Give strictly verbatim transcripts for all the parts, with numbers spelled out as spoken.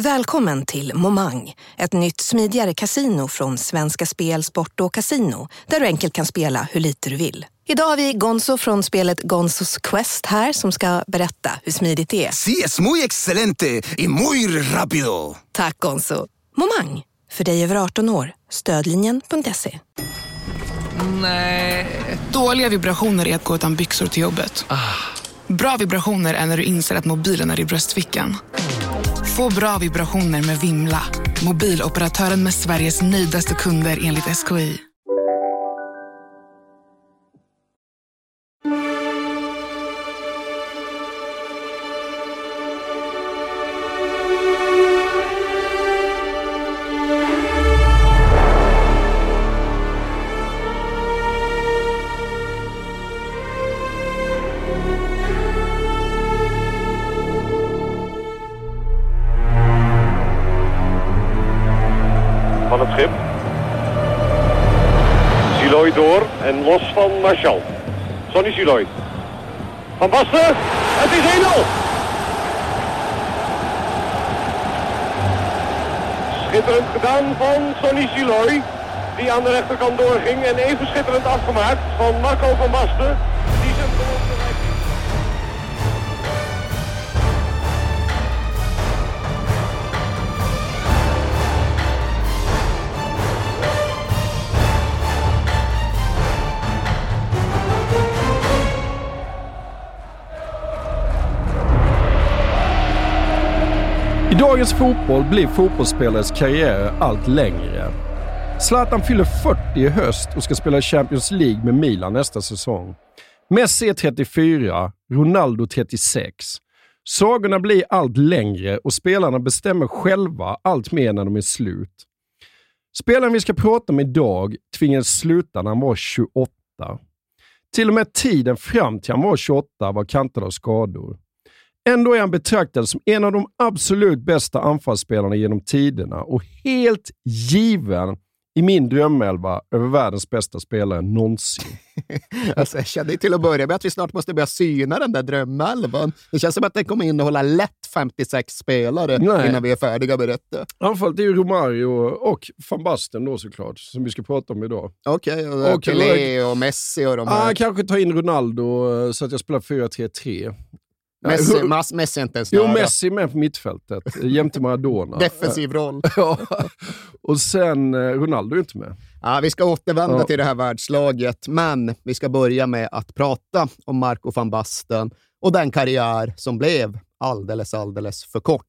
Välkommen till Momang, ett nytt smidigare kasino från Svenska Spel, Sport och Casino, där du enkelt kan spela hur lite du vill. Idag har vi Gonzo från spelet Gonzos Quest här som ska berätta hur smidigt det är. Sí, es muy excelente y muy rápido. Tack Gonzo. Momang, för dig över arton år. Stödlinjen punkt se. Nej. Dåliga vibrationer är att gå utan byxor till jobbet. Ah. Bra vibrationer är när du inser att mobilen är i bröstfickan. Få bra vibrationer med Vimla. Mobiloperatören med Sveriges nöjdaste kunder enligt S K I. Van het schip. Siloy door en los van Marshall. Sonny Siloy. Van Basten, het is één nul. Schitterend gedaan van Sonny Siloy, die aan de rechterkant doorging. En even schitterend afgemaakt van Marco van Basten, die zijn doel bereikt. I dagens fotboll blir fotbollsspelares karriär allt längre. Zlatan fyller fyrtio i höst och ska spela Champions League med Milan nästa säsong. Messi är trettiofyra, Ronaldo trettiosex. Sagorna blir allt längre och spelarna bestämmer själva allt mer när de är slut. Spelaren vi ska prata om idag tvingades sluta när han var tjugoåtta. Till och med tiden fram till han var tjugoåtta var kantad av skador. Ändå är han betraktad som en av de absolut bästa anfallsspelarna genom tiderna och helt given i min drömelva över världens bästa spelare någonsin. Alltså, jag kände till att börja med att vi snart måste börja syna den där drömelvan. Det känns som att den kommer innehålla lätt femtiosex spelare Nej. innan vi är färdiga med detta. Anfallet är ju Romario och Van Basten då såklart, som vi ska prata om idag. Okej, okay, och Pelé och Messi och de här. Ah, kanske ta in Ronaldo så att jag spelar fyra tre tre. Messi, Mas, Messi är inte ens Jo, Messi är med på mittfältet. Jämte Maradona. Defensiv roll. Ja. Och sen Ronaldo är inte med. Ja, vi ska återvända ja. till det här världslaget. Men vi ska börja med att prata om Marco van Basten och den karriär som blev alldeles, alldeles för kort.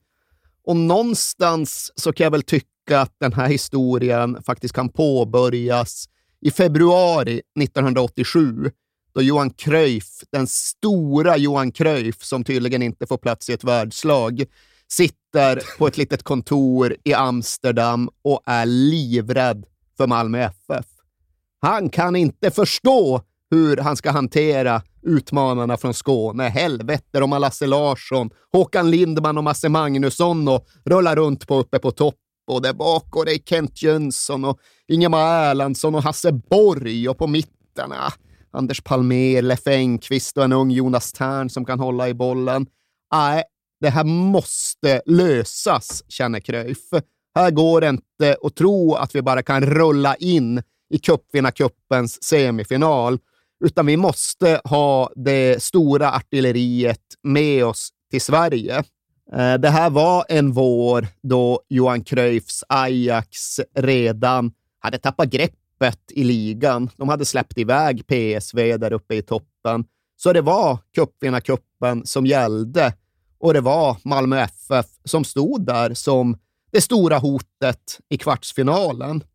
Och någonstans så kan jag väl tycka att den här historien faktiskt kan påbörjas i februari nittonhundraåttiosju. Då Johan Cruyff, den stora Johan Cruyff som tydligen inte får plats i ett världslag, sitter på ett litet kontor i Amsterdam och är livrädd för Malmö F F. Han kan inte förstå hur han ska hantera utmanarna från Skåne. Helvete, de har Lasse Larsson, Håkan Lindman och Masse Magnusson och rullar runt på uppe på topp. Och där bak och det är Kent Jönsson och Ingemar Erlandsson och Hasse Borg och på mitterna Anders Palmer, Leif Engqvist och en ung Jonas Tern som kan hålla i bollen. Nej, det här måste lösas, känner Cruyff. Här går det inte att tro att vi bara kan rulla in i cupvinnarcupens semifinal, utan vi måste ha det stora artilleriet med oss till Sverige. Det här var en vår då Johan Cruyffs Ajax redan hade tappat grepp i ligan. De hade släppt iväg P S V där uppe i toppen. Så det var cupvinnarcupen som gällde. Och det var Malmö F F som stod där som det stora hotet i kvartsfinalen.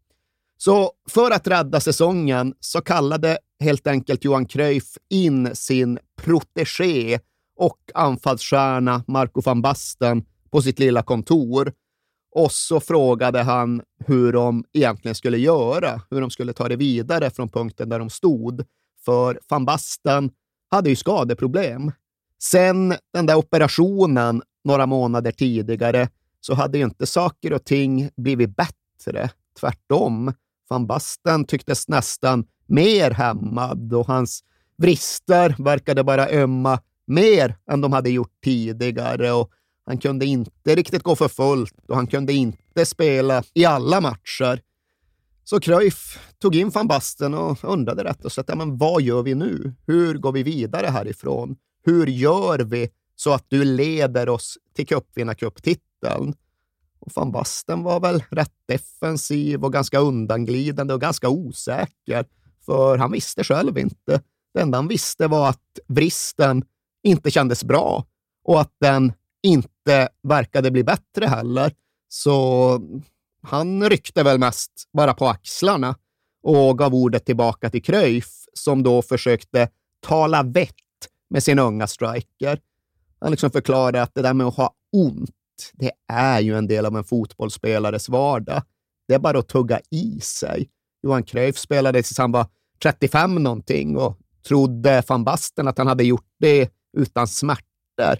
Så för att rädda säsongen så kallade helt enkelt Johan Cruyff in sin protégé och anfallsstjärna Marco van Basten på sitt lilla kontor. Och så frågade han hur de egentligen skulle göra, hur de skulle ta det vidare från punkten där de stod. För Van Basten hade ju skadeproblem. Sen den där operationen några månader tidigare så hade ju inte saker och ting blivit bättre. Tvärtom. Van Basten tycktes nästan mer hämmad och hans vrister verkade bara ömma mer än de hade gjort tidigare och Han kunde inte riktigt gå för fullt och han kunde inte spela i alla matcher. Så Cruyff tog in Van Basten och undrade rätt och slett, ja, men vad gör vi nu? Hur går vi vidare härifrån? Hur gör vi så att du leder oss till cupvinnarcuptiteln? Och Van Basten var väl rätt defensiv och ganska undanglidande och ganska osäker, för han visste själv inte. Det enda han visste var att vristen inte kändes bra och att den inte verkade bli bättre heller. Så han ryckte väl mest bara på axlarna och gav ordet tillbaka till Cruyff, som då försökte tala vett med sin unga striker. Han liksom förklarade att det där med att ha ont, det är ju en del av en fotbollsspelares vardag. Det är bara att tugga i sig. Johan Cruyff spelade tills han var trettiofem någonting och trodde Van Basten att han hade gjort det utan smärtor.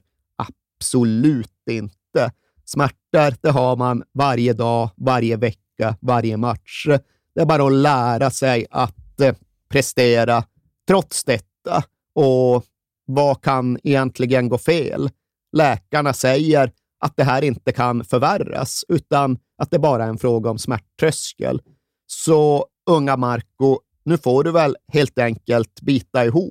Absolut inte. Smärtor, det har man varje dag, varje vecka, varje match. Det är bara att lära sig att eh, prestera trots detta. Och vad kan egentligen gå fel? Läkarna säger att det här inte kan förvärras, utan att det bara är en fråga om smärttröskel. Så unga Marco, nu får du väl helt enkelt bita ihop.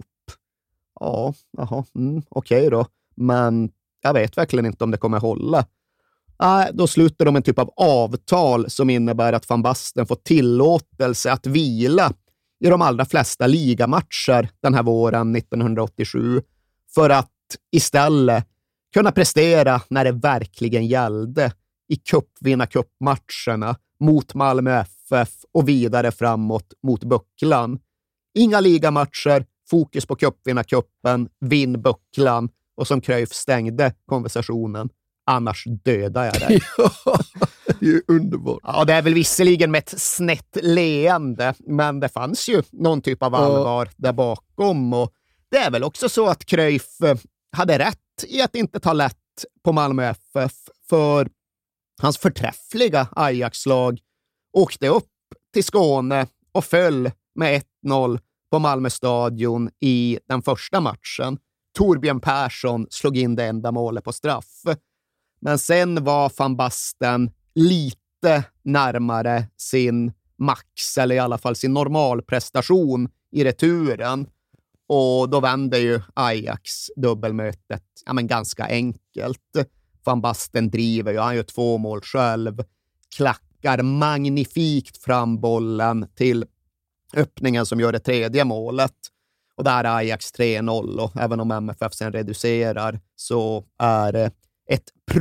Ja, jaha, mm, okej okay då. Men jag vet verkligen inte om det kommer hålla. Nej, då slutar de en typ av avtal som innebär att Van Basten får tillåtelse att vila i de allra flesta ligamatcher den här våren nittonhundraåttiosju för att istället kunna prestera när det verkligen gällde i cupvinnarcupmatcherna mot Malmö F F och vidare framåt mot bucklan. Inga ligamatcher, fokus på cupvinnarcupen, vinn bucklan, och som Cruyff stängde konversationen: annars dödar jag dig. Ja, det är ju underbart. Ja, det är väl visserligen med ett snett leende, men det fanns ju någon typ av allvar ja. där bakom. Och det är väl också så att Cruyff hade rätt i att inte ta lätt på Malmö F F, för hans förträffliga Ajax-lag åkte upp till Skåne och föll med ett noll på Malmö stadion i den första matchen. Torbjörn Persson slog in det enda målet på straff. Men sen var Van Basten lite närmare sin max, eller i alla fall sin normalprestation i returen. Och då vände ju Ajax dubbelmötet ja, men ganska enkelt. Van Basten driver ju, han gör två mål själv. Klackar magnifikt fram bollen till öppningen som gör det tredje målet. Och där är Ajax tre noll, och även om M F F sen reducerar så är det ett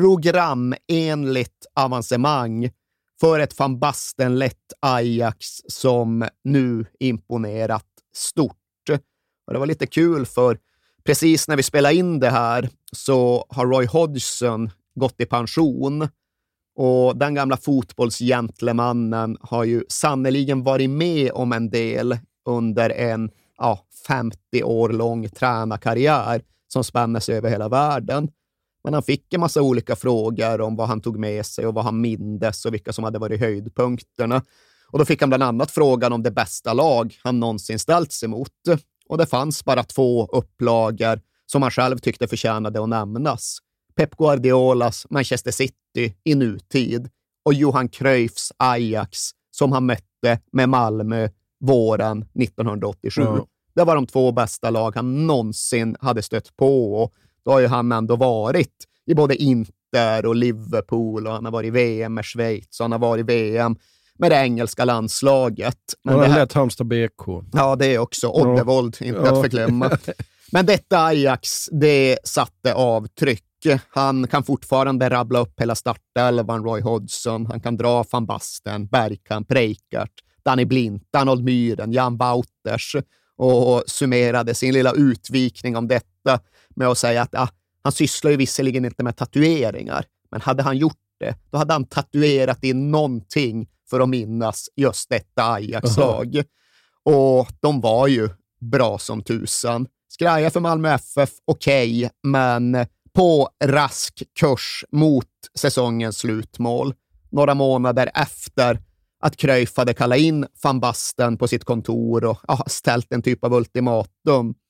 programenligt avancemang för ett Van Basten-lett Ajax som nu imponerat stort. Och det var lite kul, för precis när vi spelar in det här så har Roy Hodgson gått i pension. Och den gamla fotbollsgentlemannen har ju sannoliken varit med om en del under en ja, femtio år lång tränarkarriär som spänner sig över hela världen. Men han fick en massa olika frågor om vad han tog med sig och vad han mindes och vilka som hade varit höjdpunkterna. Och då fick han bland annat frågan om det bästa lag han någonsin ställts emot. Och det fanns bara två upplagor som han själv tyckte förtjänade att nämnas. Pep Guardiolas Manchester City i nutid och Johan Cruyffs Ajax som han mötte med Malmö våren nittonhundraåttiosju. Mm. Det var de två bästa lag han någonsin hade stött på, och då har ju han ändå varit i både Inter och Liverpool, och han har varit i V M med Schweiz och han har varit i V M med det engelska landslaget. Men och det här... lätt Halmstad B K. Ja, det är också. Oddevold, ja. inte ja. att förglömma. Men detta Ajax, det satte avtryck. Han kan fortfarande rabbla upp hela startelvan, Roy Hodgson. Han kan dra Van Basten, Bergkamp, Reikart, Danny Blint, Arnold Myhren, Jan Wouters, och summerade sin lilla utvikning om detta med att säga att ah, han sysslar ju visserligen inte med tatueringar, men hade han gjort det, då hade han tatuerat in någonting för att minnas just detta Ajax-lag. Uh-huh. Och de var ju bra som tusan. Skraja för Malmö F F, okej, okay, men på rask kurs mot säsongens slutmål. Några månader efter att Cruyff hade kallat in Van Basten på sitt kontor och ja, ställt en typ av ultimatum,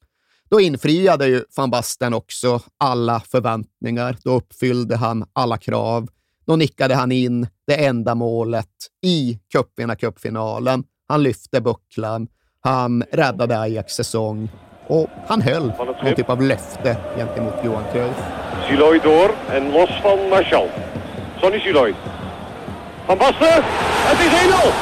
Då infriade ju Van Basten också alla förväntningar. Då uppfyllde han alla krav. Då nickade han in det enda målet i cupvinnarcupfinalen. Han lyfte bucklan. Han räddade Ajax säsong. Och han höll någon typ av löfte gentemot Johan Cruyff. Siloy door en los van Martial. Sonny Siloy. Van Basten, het is één nul!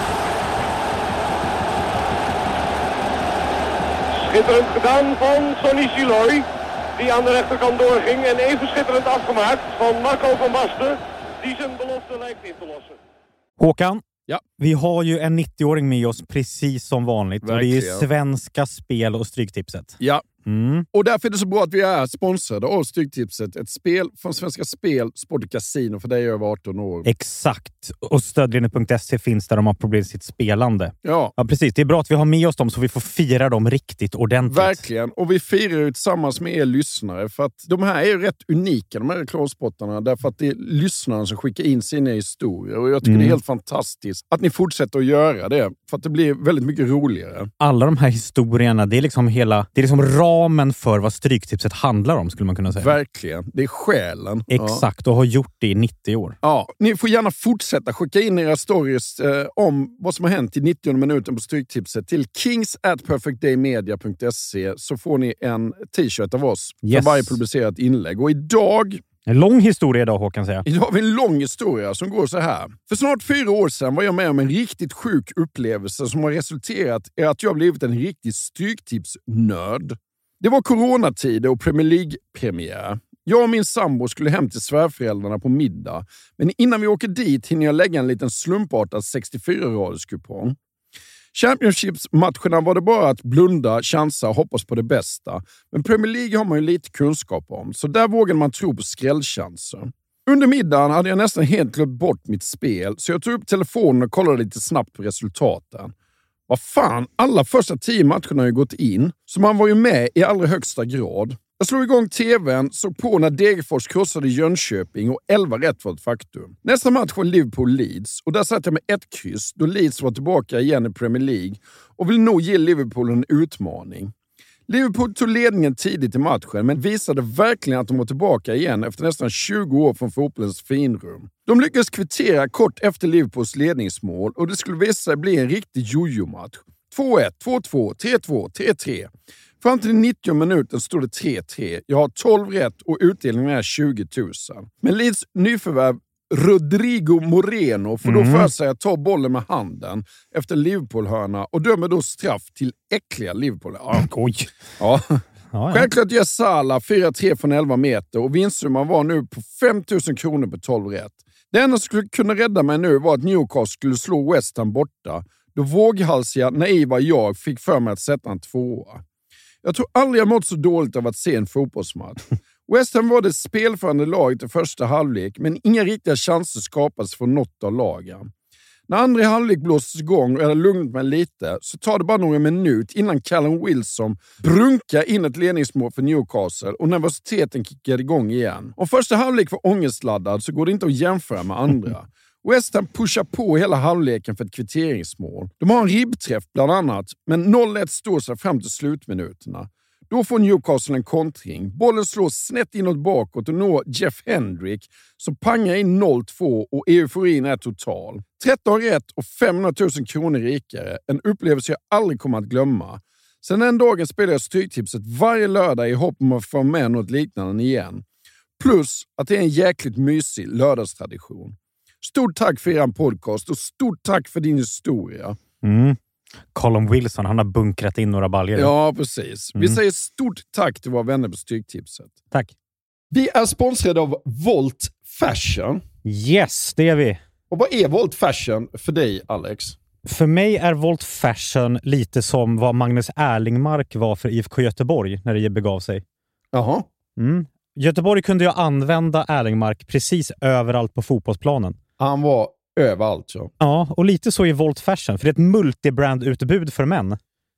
Schitterend gedaan van Sonny Siloy, die aan de rechterkant doorging. En even schitterend afgemaakt van Marco van Basten, die zijn belofte lijkt in te lossen. Håkan, ja. Vi har ju en nittioåring med oss precis som vanligt. Verkligen. Och det är Svenska Spel och Stryktipset. Ja. Mm. Och därför är det så bra att vi är sponsrade av Stryktipset. Ett spel från Svenska Spel, Sport och Casino för dig över arton år. Exakt. Och stödlinjen punkt se finns där de har problem med sitt spelande. Ja. Ja, precis. Det är bra att vi har med oss dem så vi får fira dem riktigt ordentligt. Verkligen. Och vi firar ju tillsammans med er lyssnare. För att de här är ju rätt unika, de här reklamspottarna. Därför att det är lyssnarna som skickar in sina historier. Och jag tycker mm. det är helt fantastiskt att ni fortsätter att göra det. För att det blir väldigt mycket roligare. Alla de här historierna, det är liksom hela... Det är liksom ramen för vad Stryktipset handlar om, skulle man kunna säga. Verkligen. Det är själen. Exakt, och har gjort det i nittio år. Ja, ni får gärna fortsätta skicka in era stories eh, om vad som har hänt i nittionde minuten på Stryktipset till kings at perfect day media punkt se så får ni en t-shirt av oss yes. för varje publicerat inlägg. Och idag... En lång historia idag, Håkan säger. Idag har vi en lång historia som går så här. För snart fyra år sedan var jag med om en riktigt sjuk upplevelse som har resulterat i att jag blivit en riktig stryktipsnörd. Det var coronatider och Premier League-premiär. Jag och min sambo skulle hem till svärföräldrarna på middag. Men innan vi åker dit hinner jag lägga en liten slumpartad sextiofyra-raderskupong. Championships-matcherna var det bara att blunda, chansa och hoppas på det bästa. Men Premier League har man ju lite kunskap om, så där vågar man tro på skrällchanser. Under middagen hade jag nästan helt glömt bort mitt spel, så jag tog upp telefonen och kollade lite snabbt på resultaten. Vad fan, alla första tio matcherna har ju gått in, så man var ju med i allra högsta grad. Jag slog igång tvn, såg på när Degerfors krossade Jönköping och elva rätt var ett faktum. Nästa match var Liverpool-Leeds och där satt jag med ett kryss då Leeds var tillbaka igen i Premier League och vill nog ge Liverpool en utmaning. Liverpool tog ledningen tidigt i matchen men visade verkligen att de var tillbaka igen efter nästan tjugo år från fotbollens finrum. De lyckades kvittera kort efter Liverpools ledningsmål och det skulle visa sig bli en riktig jojo-match. två ett, två två, tre två, tre tre. Fram till nittio minuten stod det tre tre. Jag har tolv rätt och utdelningen är tjugo tusen. Men Leeds nyförvärv Rodrigo Moreno får då för sig att ta bollen med handen efter Liverpool-hörna och dömer då straff till äckliga Liverpool. Ja. Oj. Ja. Ja, ja. Självklart gör Salah fyra tre från elva meter och vinstsumman var nu på fem tusen kronor på tolv rätt. Det enda som skulle kunna rädda mig nu var att Newcastle skulle slå West Ham borta. Då våghalsiga, naiva jag fick för mig att sätta en tvåa. Jag tror aldrig jag mått så dåligt av att se en fotbollsmatch. West Ham var det spelförande laget i första halvlek, men inga riktiga chanser skapades från något av lagen. När andra halvlek blåstes igång och jag hade lugnat mig lite så tar det bara några minuter innan Callum Wilson brunkar in ett ledningsmål för Newcastle och nervositeten kickade igång igen. Om första halvlek var ångestladdad så går det inte att jämföra med andra. West Ham pushar på hela halvleken för ett kvitteringsmål. De har en ribbträff bland annat, men noll ett står sig fram till slutminuterna. Då får Newcastle en kontring. Bollen slås snett inåt bakåt och når Jeff Hendrick som pangar in noll två och euforin är total. tretton rätt och femhundratusen kronor rikare. En upplevelse jag aldrig kommer att glömma. Sen den dagen spelar jag Stryktipset varje lördag i hopp om att få med något liknande igen. Plus att det är en jäkligt mysig lördagstradition. Stort tack för er podcast och stort tack för din historia. Mm. Callum Wilson, han har bunkrat in några baljor. Ja, precis. Vi mm. säger stort tack till våra vänner på Stryktipset. Tack. Vi är sponsrade av Volt Fashion. Yes, det är vi. Och vad är Volt Fashion för dig, Alex? För mig är Volt Fashion lite som vad Magnus Erlingmark var för I F K Göteborg när det begav sig. Jaha. Mm. Göteborg kunde ju använda Erlingmark precis överallt på fotbollsplanen. Han var överallt, ja. Ja, och lite så i Volt Fashion. För det är ett multibrand-utbud för män.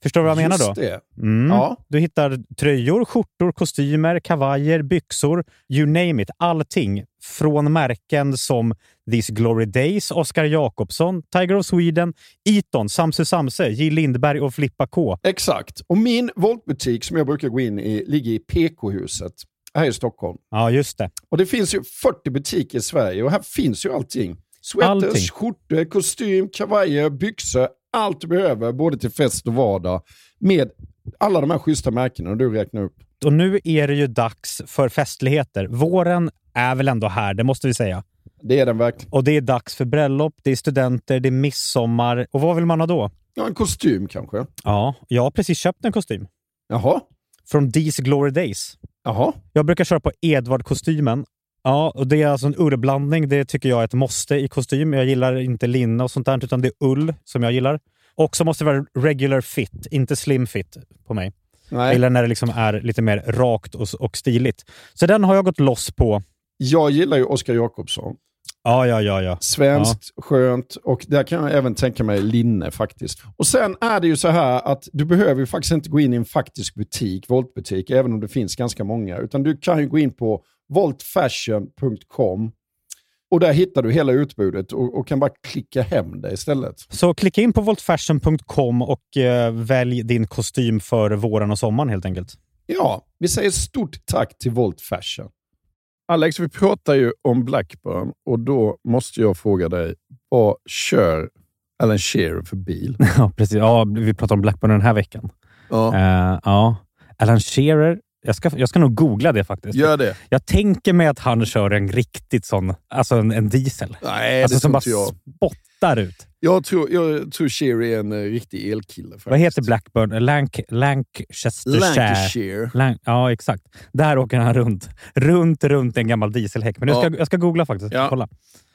Förstår du vad jag menar då? Just det. Mm. Ja. Du hittar tröjor, skjortor, kostymer, kavajer, byxor, you name it. Allting från märken som These Glory Days, Oscar Jakobsson, Tiger of Sweden, Eton, Samse Samse, J. Lindberg och Flippa K. Exakt. Och min Voltbutik som jag brukar gå in i ligger i P K-huset här i Stockholm. Ja, just det. Och det finns ju fyrtio butiker i Sverige och här finns ju allting. Sweaters, Allting. skjortor, kostym, kavajer, byxor, allt du behöver både till fest och vardag med alla de här schyssta märkena du räknar upp. Och nu är det ju dags för festligheter. Våren är väl ändå här, det måste vi säga. Det är den verkligen. Och det är dags för bröllop, det är studenter, det är midsommar. Och vad vill man ha då? Ja, en kostym kanske. Ja, jag har precis köpt en kostym. Jaha. Från These Glory Days. Jaha. Jag brukar köra på Edvard-kostymen. Ja, och det är alltså en ullblandning. Det tycker jag är ett måste i kostym. Jag gillar inte linne och sånt där, utan det är ull som jag gillar. Och så måste det vara regular fit, inte slim fit på mig. Nej. Eller när det liksom är lite mer rakt och, och stiligt. Så den har jag gått loss på. Jag gillar ju Oscar Jakobsson. Ja, ja, ja, ja. Svenskt, ja. Skönt, och där kan jag även tänka mig linne faktiskt. Och sen är det ju så här att du behöver ju faktiskt inte gå in i en faktisk butik, voltbutik, även om det finns ganska många. Utan du kan ju gå in på volt fashion punkt com och där hittar du hela utbudet och, och kan bara klicka hem det istället. Så klicka in på volt fashion punkt com och eh, välj din kostym för våren och sommaren helt enkelt. Ja, vi säger stort tack till Volt Fashion. Alex, vi pratar ju om Blackburn och då måste jag fråga dig, vad kör Alan Shearer för bil? Ja, precis. Ja, vi pratar om Blackburn den här veckan. Ja. Uh, ja. Alan Shearer, jag ska, jag ska nog googla det faktiskt. Gör det. Jag tänker mig att han kör en riktigt sån, alltså en, en diesel. Nej, alltså det som bara tror jag. spottar ut. Jag tror, jag tror Shearer är en uh, riktig elkille faktiskt. Vad heter Blackburn? Lank, Lancashire. Lancashire. Lank, ja, exakt. Där åker han runt. Runt, runt en gammal dieselhäck. Men nu ska, Ja. jag ska googla faktiskt. Ja. Kolla.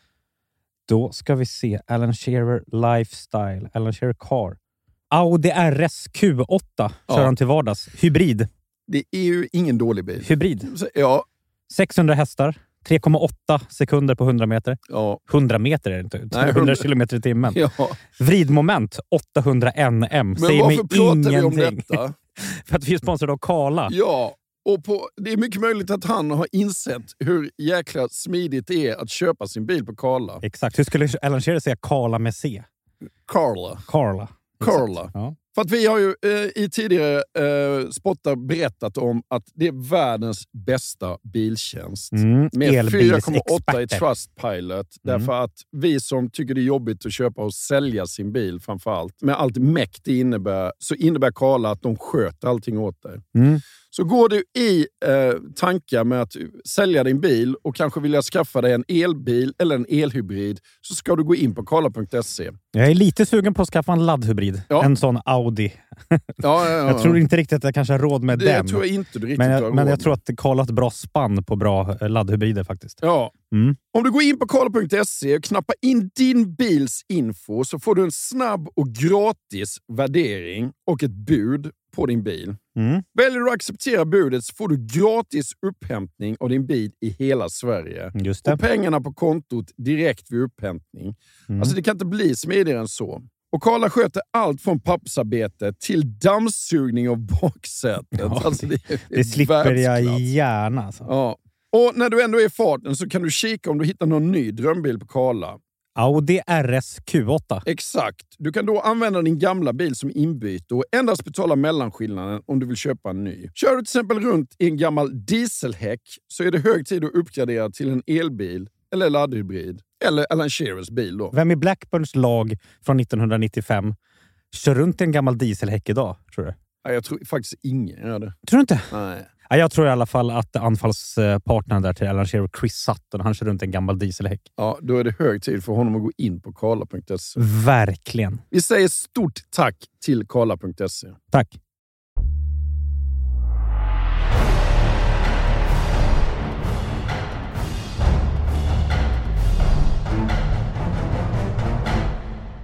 Då ska vi se. Alan Shearer Lifestyle. Alan Shearer Car. Audi R S Q åtta kör Ja. han till vardags. Hybrid. Det är ju ingen dålig bil. Hybrid. Ja. sexhundra hästar. tre komma åtta sekunder på hundra meter. Ja. hundra meter är det inte. Nej, hundra kilometer i timmen. Ja. Vridmoment åttahundra newton meter. Men Säger mig varför pratar vi om ingenting. detta? För att vi är sponsrade av Kala. Ja, och på, det är mycket möjligt att han har insett hur jäkla smidigt det är att köpa sin bil på Carla. Exakt. Hur skulle Alan Shearer säga Kala med C? Carla. Carla. Carla. Ja. För att vi har ju eh, i tidigare eh, spottar berättat om att det är världens bästa biltjänst. Mm, med fyra komma åtta i elbilsexperter. Trustpilot. Mm. Därför att vi som tycker det är jobbigt att köpa och sälja sin bil framförallt, med allt mäkt det innebär, så innebär Carla att de sköter allting åt dig. Mm. Så går du i eh, tankar med att sälja din bil och kanske vilja skaffa dig en elbil eller en elhybrid, så ska du gå in på carla punkt se. Jag är lite sugen på att skaffa en laddhybrid. Ja. En sån Audi. Ja, ja, ja. Jag tror inte riktigt att jag kanske har råd med det den. tror jag inte du riktigt men har jag, råd men jag med. tror att Carla har ett bra spann på bra eh, laddhybrider faktiskt. Ja. Mm. Om du går in på carla punkt se och knappar in din bils info, så får du en snabb och gratis värdering och ett bud på din bil. Mm. Väljer du att acceptera budet så får du gratis upphämtning av din bil i hela Sverige. Just det. Och pengarna på kontot direkt vid upphämtning. Mm. Alltså det kan inte bli smidigare än så. Och Carla sköter allt från pappersarbete till dammsugning av baksätet. Ja, alltså det, det, Det slipper jag världsklass. gärna. Alltså. Ja. Och när du ändå är i farten så kan du kika om du hittar någon ny drömbil på Carla. Audi R S Q åtta. Exakt. Du kan då använda din gamla bil som inbyte och endast betala mellanskillnaden om du vill köpa en ny. Kör du till exempel runt i en gammal dieselhäck så är det hög tid att uppgradera till en elbil eller laddhybrid. Eller Alan Shearers bil då. Vem i Blackburns lag från nittonhundranittiofem kör runt i en gammal dieselhäck idag, tror du? Ja, jag tror faktiskt ingen gör det. Tror du inte? Nej. Ja, jag tror i alla fall att anfallspartnern där till Alan Shearer, Chris Sutton, han kör runt en gammal dieselhäck. Ja, då är det hög tid för honom att gå in på carla punkt se. Verkligen. Vi säger stort tack till carla punkt se. Tack.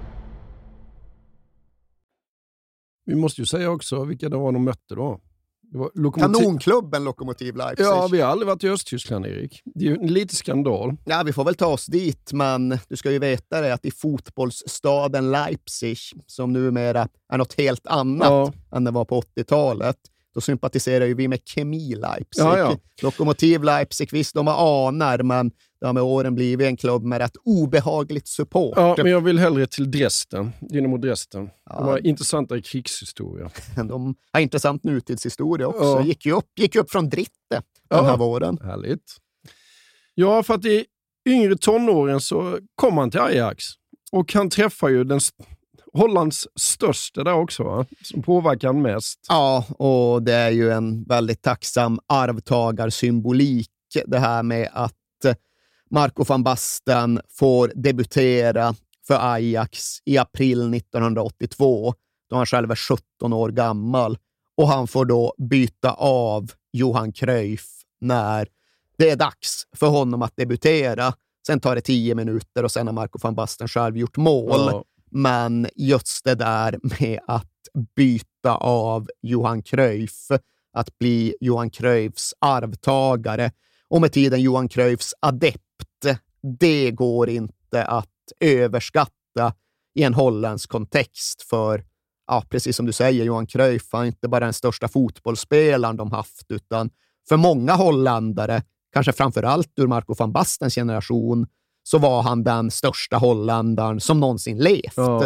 Vi måste ju säga också vilka det var de mötte då. Det var Lokomotiv... Kanonklubben Lokomotiv Leipzig. Ja, vi har aldrig varit i Östtyskland, Erik. Det är ju en lite skandal. Ja, vi får väl ta oss dit, men du ska ju veta det att i fotbollsstaden Leipzig, som numera är något helt annat ja. än det var på åttiotalet, då sympatiserar ju vi med Kemi Leipzig. Ja, ja. Lokomotiv Leipzig, visst de har anar, men det har med åren blivit en klubb med ett obehagligt support. Ja, men jag vill hellre till Dresden, Dynamo Dresden. Ja. De har intressanta krigshistoria. De har intressant nutidshistoria också. Ja. Gick ju upp, gick upp från Dritte den ja. här våren. Härligt. Ja, för att i yngre tonåren så kom han till Ajax. Och han träffar ju den Hollands största där också, va? Som påverkar han mest. Ja, och det är ju en väldigt tacksam arvtagarsymbolik det här med att Marco van Basten får debutera för Ajax i april nittonhundraåttiotvå, då han själv är sjutton år gammal. Och han får då byta av Johan Cruyff när det är dags för honom att debutera. Sen tar det tio minuter och sen har Marco van Basten själv gjort mål. Ja. Men just det där med att byta av Johan Cruyff, att bli Johan Cruyffs arvtagare och med tiden Johan Cruyffs adept, det går inte att överskatta i en holländsk kontext. För, ja, precis som du säger, Johan Cruyff är inte bara den största fotbollsspelaren de haft, utan för många holländare, kanske framförallt ur Marco van Bastens generation, så var han den största holländaren som någonsin levt. Ja.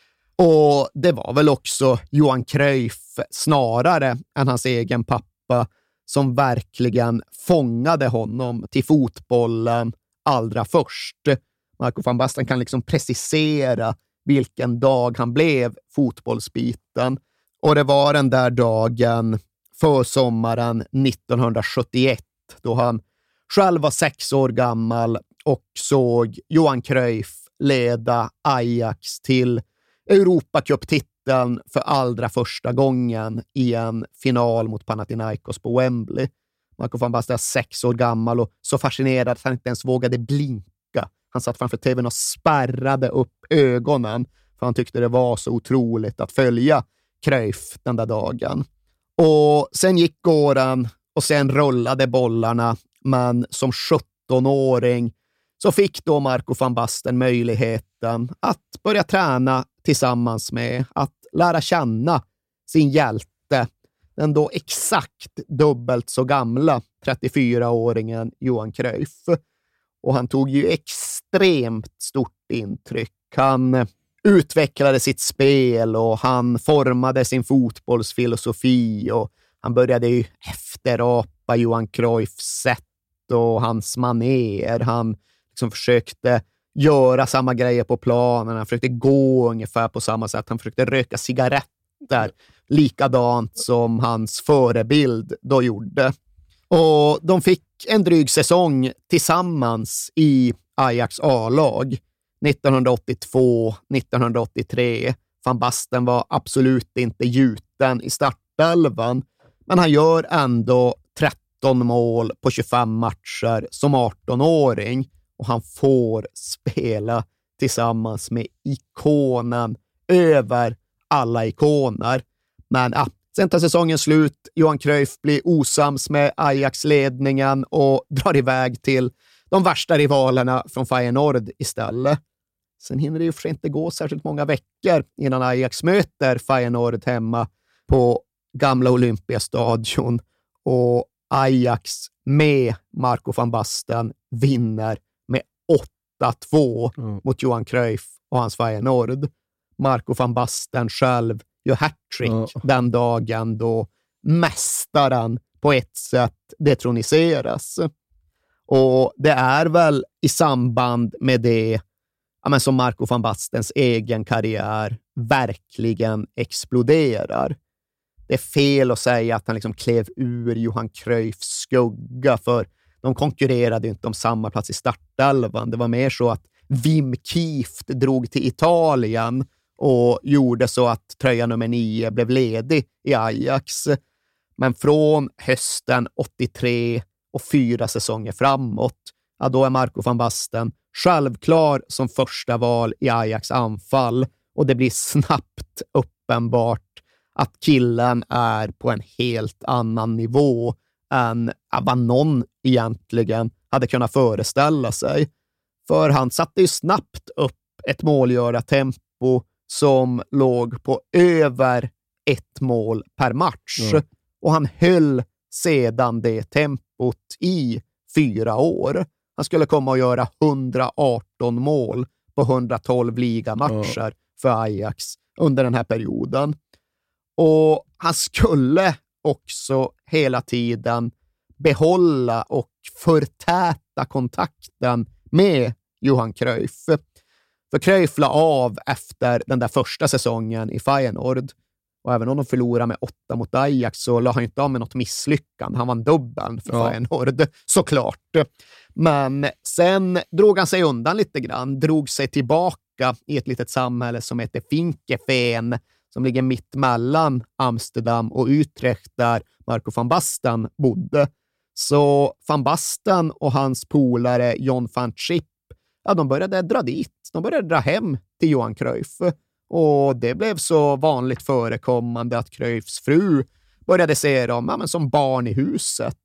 Och det var väl också Johan Cruyff snarare än hans egen pappa som verkligen fångade honom till fotbollen allra först. Marco van Basten kan liksom precisera vilken dag han blev fotbollsbiten. Och det var den där dagen för sommaren nittonhundrasjuttioett då han själv var sex år gammal och såg Johan Cruyff leda Ajax till Europacup-titeln för allra första gången i en final mot Panathinaikos på Wembley. Marco van Basten är sex år gammal och så fascinerad att han inte ens vågade blinka. Han satt framför tvn och spärrade upp ögonen för han tyckte det var så otroligt att följa Cruyff den där dagen. Och sen gick åren och sen rullade bollarna, men som sjuttonåring så fick då Marco van Basten möjligheten att börja träna tillsammans med, att lära känna sin hjälte, den då exakt dubbelt så gamla trettiofyraåringen Johan Cruyff. Och han tog ju extremt stort intryck. Han utvecklade sitt spel och han formade sin fotbollsfilosofi och han började ju efterapa Johan Cruyffs sätt och hans manér. Han liksom försökte göra samma grejer på planen. Han försökte gå ungefär på samma sätt. Han försökte röka cigaretter likadant som hans förebild då gjorde. Och de fick en dryg säsong tillsammans i Ajax A-lag. nittonhundraåttiotvå nittonhundraåttiotre. Van Basten var absolut inte gjuten i startelvan, men han gör ändå tretton mål på tjugofem matcher som artonåring och han får spela tillsammans med ikonen över alla ikoner. Men ja, sen tar säsongen slut. Johan Cruyff blir osams med Ajax-ledningen och drar iväg till de värsta rivalerna från Feyenoord istället. Sen hinner det ju för inte gå särskilt många veckor innan Ajax möter Feyenoord hemma på gamla Olympiastadion och Ajax med Marco van Basten vinner med åtta två mm. mot Johan Cruyff och hans Feyenoord. Marco van Basten själv gör hattrick mm. den dagen då mästaren på ett sätt detroniseras. Och det är väl i samband med det ja, men som Marco van Bastens egen karriär verkligen exploderar. Det är fel att säga att han liksom klev ur Johan Cruyffs skugga, för de konkurrerade inte om samma plats i startelvan. Det var mer så att Wim Kieft drog till Italien och gjorde så att tröja nummer nio blev ledig i Ajax. Men från hösten åttiotre och fyra säsonger framåt, ja, då är Marco van Basten självklar som första val i Ajax anfall och det blir snabbt uppenbart att killen är på en helt annan nivå än vad någon egentligen hade kunnat föreställa sig. För han satte ju snabbt upp ett målgörartempo som låg på över ett mål per match. Mm. Och han höll sedan det tempot i fyra år. Han skulle komma att göra hundraarton mål på hundratolv ligamatcher mm. för Ajax under den här perioden. Och han skulle också hela tiden behålla och förtäta kontakten med Johan Cruyff. För Cruyff la av efter den där första säsongen i Feyenoord. Och även om de förlorade med åtta mot Ajax så la han inte av med något misslyckande. Han vann dubbeln för ja. Feyenoord, såklart. Men sen drog han sig undan lite grann. Drog sig tillbaka i ett litet samhälle som heter Vinkeveen, som ligger mitt mellan Amsterdam och Utrecht där Marco van Basten bodde. Så van Basten och hans polare John van Schip, ja, de började dra dit. De började dra hem till Johan Cruyff. Och det blev så vanligt förekommande att Cruyffs fru började se dem ja, men som barn i huset.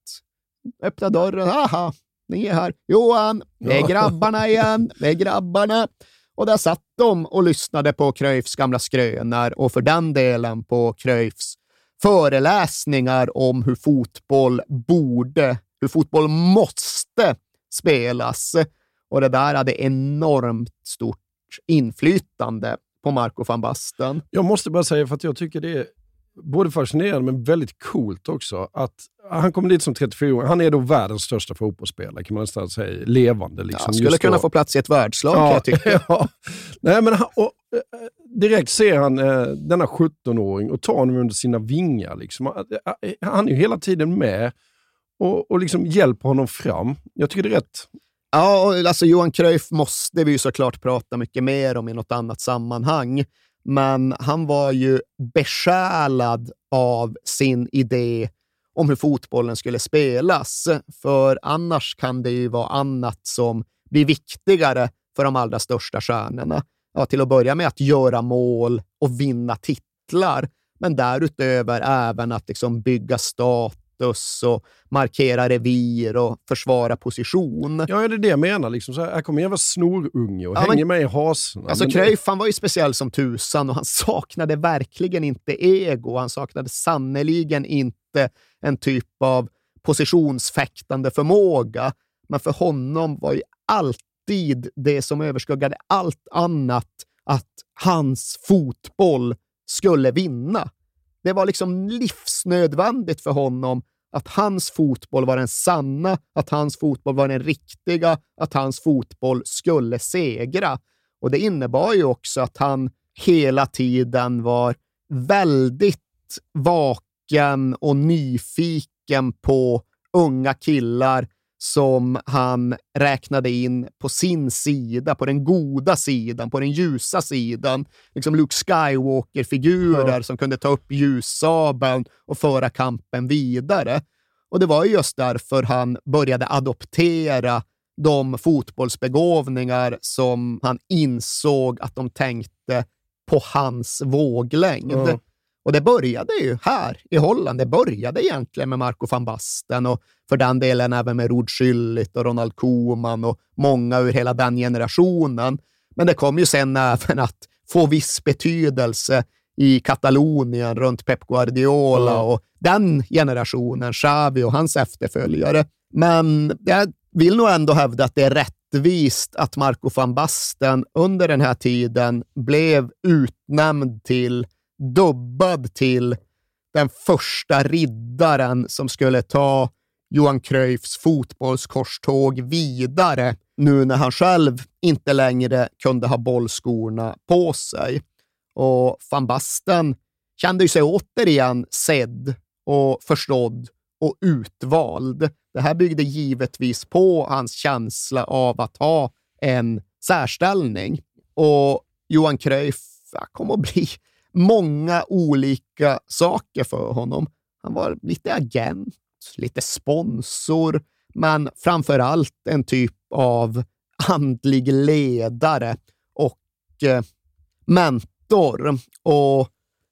Öppna dörren. Haha, ni är här. Johan, det är grabbarna igen. Det är grabbarna. Och där satt de och lyssnade på Cruyffs gamla skrönor och för den delen på Cruyffs föreläsningar om hur fotboll borde, hur fotboll måste spelas. Och det där hade enormt stort inflytande på Marco van Basten. Jag måste bara säga, för att jag tycker det är både fascinerande men väldigt coolt också, att han kommer dit som trettiofyra år. Han är då världens största fotbollsspelare, kan man nästan säga, levande. Liksom, ja, skulle kunna då. få plats i ett världslag, ja, jag tycker. Ja. Nej, men han, och, direkt ser han eh, denna sjuttonåring och tar honom under sina vingar. Liksom. Han är ju hela tiden med och, och liksom hjälper honom fram. Jag tycker det är rätt. Ja, alltså Johan Cruyff måste vi ju såklart prata mycket mer om i något annat sammanhang. Men han var ju besjälad av sin idé om hur fotbollen skulle spelas. För annars kan det ju vara annat som blir viktigare för de allra största stjärnorna. Ja, till att börja med att göra mål och vinna titlar. Men därutöver även att liksom bygga status och markera revir och försvara position. Ja, det är det jag menar. Liksom. Så här, här kommer jag vara snorunge och ja, hänger men, med i hasen. Alltså Cruyff, han var ju speciell som tusan och han saknade verkligen inte ego. Han saknade sannoliken inte en typ av positionsfäktande förmåga. Men för honom var ju alltid det som överskuggade allt annat att hans fotboll skulle vinna. Det var liksom livsnödvändigt för honom att hans fotboll var den sanna, att hans fotboll var den riktiga, att hans fotboll skulle segra. Och det innebar ju också att han hela tiden var väldigt vaken och nyfiken på unga killar som han räknade in på sin sida, på den goda sidan, på den ljusa sidan. Liksom Luke Skywalker-figurer ja. som kunde ta upp ljussabeln och föra kampen vidare. Och det var ju just därför han började adoptera de fotbollsbegåvningar som han insåg att de tänkte på hans våglängd. Ja. Och det började ju här i Holland. Det började egentligen med Marco van Basten och för den delen även med Ruud Schüllit och Ronald Koeman och många ur hela den generationen. Men det kom ju sen även att få viss betydelse i Katalonien runt Pep Guardiola mm. och den generationen, Xavi och hans efterföljare. Men jag vill nog ändå hävda att det är rättvist att Marco van Basten under den här tiden blev utnämnd till dubbad till den första riddaren som skulle ta Johan Cruyffs fotbollskorståg vidare nu när han själv inte längre kunde ha bollskorna på sig. Och van Basten kände ju sig återigen sedd och förstådd och utvald. Det här byggde givetvis på hans känsla av att ha en särställning. Och Johan Cruyff kom att bli många olika saker för honom. Han var lite agent, lite sponsor, men framförallt en typ av andlig ledare och eh, mentor. Och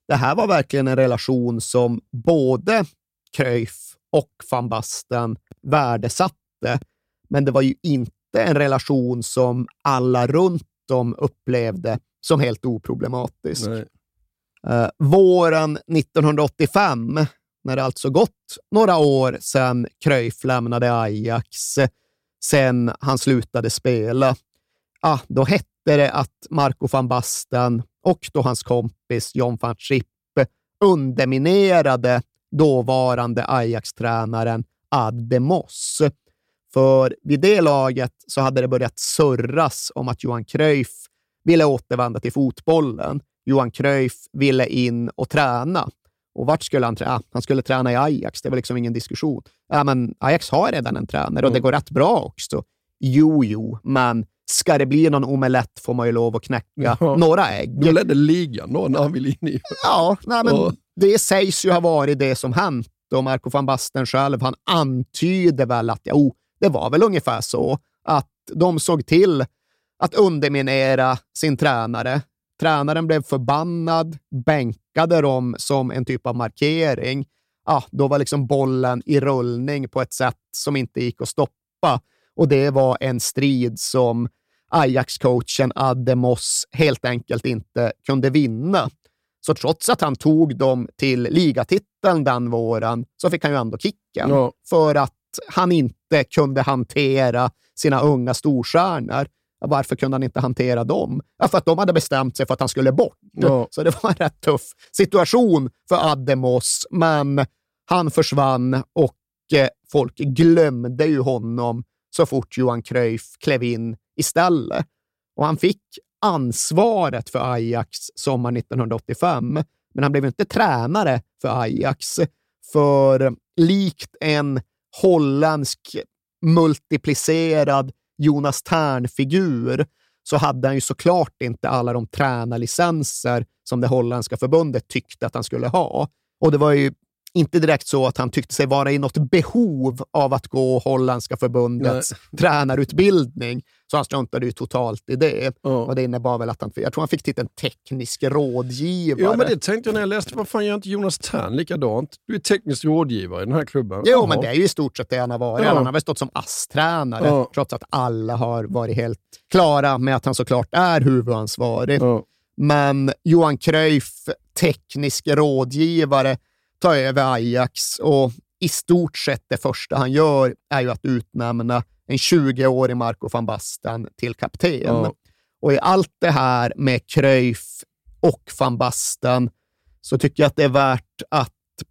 det här var verkligen en relation som både Cruyff och Van Basten värdesatte. Men det var ju inte en relation som alla runt om upplevde som helt oproblematisk. Uh, våren nittonhundraåttiofem, när det alltså gått några år sedan Cruyff lämnade Ajax, sen han slutade spela, ah, då hette det att Marco van Basten och då hans kompis John van Schip underminerade dåvarande Ajax-tränaren Ad de Mos. För vid det laget så hade det börjat surras om att Johan Cruyff ville återvända till fotbollen. Johan Cruyff ville in och träna. Och vart skulle han träna? Han skulle träna i Ajax. Det var liksom ingen diskussion. Ja, men Ajax har redan en tränare och det går rätt bra också. Jo, jo, men ska det bli någon omelett får man ju lov att knäcka ja. några ägg. Då ledde ligan då när han ville in i. Ja, nej, men och... det sägs ju ha varit det som hänt. Och Marco van Basten själv, han antyder väl att jo, det var väl ungefär så att de såg till att underminera sin tränare. Tränaren blev förbannad, bänkade dem som en typ av markering. Ja, då var liksom bollen i rullning på ett sätt som inte gick att stoppa. Och det var en strid som Ajax-coachen Ad de Mos helt enkelt inte kunde vinna. Så trots att han tog dem till ligatiteln den våren så fick han ju ändå kicken. Ja. För att han inte kunde hantera sina unga storstjärnor. Varför kunde han inte hantera dem? Ja, för att de hade bestämt sig för att han skulle bort. Ja. Så det var en rätt tuff situation för Ad de Mos. Men han försvann och eh, folk glömde ju honom så fort Johan Cruyff klev in istället. Och han fick ansvaret för Ajax sommar nittonhundraåttiofem. Men han blev inte tränare för Ajax. För likt en holländsk multiplicerad Jonas Tern-figur så hade han ju såklart inte alla de tränarlicenser som det holländska förbundet tyckte att han skulle ha. Och det var ju inte direkt så att han tyckte sig vara i något behov av att gå holländska förbundets Nej. tränarutbildning. Så han struntade ju totalt i det. Ja. Och det innebar väl att han, jag tror han fick titeln teknisk rådgivare. Ja, men det tänkte jag när jag läste. Vad fan gör inte Jonas Tern likadant? Du är teknisk rådgivare i den här klubben. Jo, Aha. men det är ju i stort sett det han har varit. Ja. Han har väl stått som ass-tränare, ja. trots att alla har varit helt klara med att han såklart är huvudansvarig. Ja. Men Johan Cruyff, teknisk rådgivare, tar över Ajax och i stort sett det första han gör är ju att utnämna en tjugoårig Marco van Basten till kapten. Ja. Och i allt det här med Cruyff och van Basten så tycker jag att det är värt att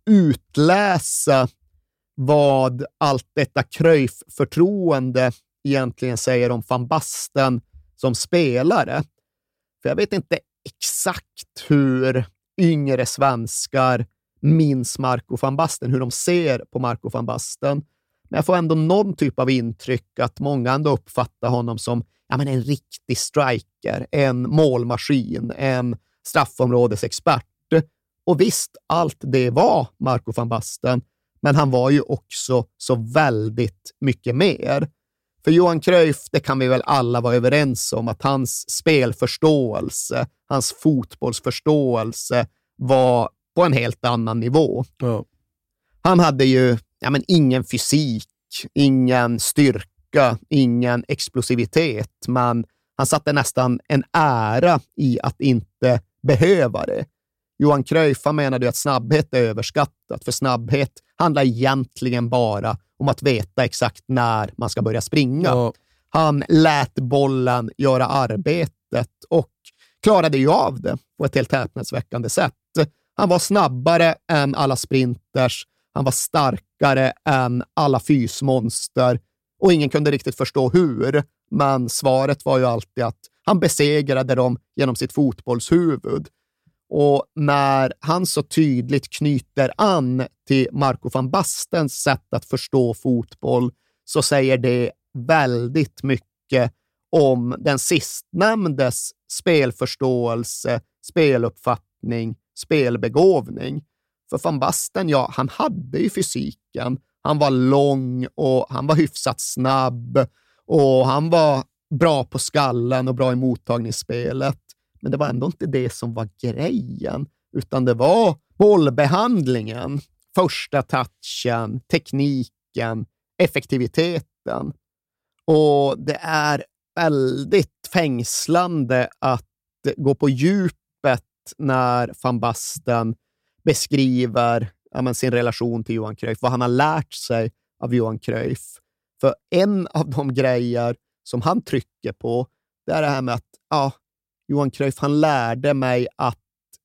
utläsa vad allt detta Cruyff-förtroende egentligen säger om van Basten som spelare. För jag vet inte exakt hur yngre svenskar minns Marco van Basten, hur de ser på Marco van Basten. Men jag får ändå någon typ av intryck att många ändå uppfattar honom som ja, men en riktig striker, en målmaskin, en straffområdesexpert. Och visst, allt det var Marco van Basten, men han var ju också så väldigt mycket mer. För Johan Cruyff, det kan vi väl alla vara överens om, att hans spelförståelse, hans fotbollsförståelse var på en helt annan nivå. Ja. Han hade ju ja, men ingen fysik, ingen styrka, ingen explosivitet, men han satte nästan en ära i att inte behöva det. Johan Cruyff menade att snabbhet är överskattat, för snabbhet handlar egentligen bara om att veta exakt när man ska börja springa. Ja. Han lät bollen göra arbetet och klarade ju av det på ett helt häpnadsväckande sätt. Han var snabbare än alla sprinters, han var starkare än alla fysmonster och ingen kunde riktigt förstå hur, men svaret var ju alltid att han besegrade dem genom sitt fotbollshuvud. Och när han så tydligt knyter an till Marco van Bastens sätt att förstå fotboll så säger det väldigt mycket om den sistnämndes spelförståelse, speluppfattning, spelbegåvning. För van Basten, ja, han hade ju fysiken. Han var lång och han var hyfsat snabb och han var bra på skallen och bra i mottagningsspelet. Men det var ändå inte det som var grejen. utan det var bollbehandlingen, första touchen, tekniken, effektiviteten. Och det är väldigt fängslande att gå på djupet när Van Basten beskriver ja, men sin relation till Johan Cruyff, vad han har lärt sig av Johan Cruyff. För en av de grejer som han trycker på, det är det här med att ja, Johan Cruyff, han lärde mig att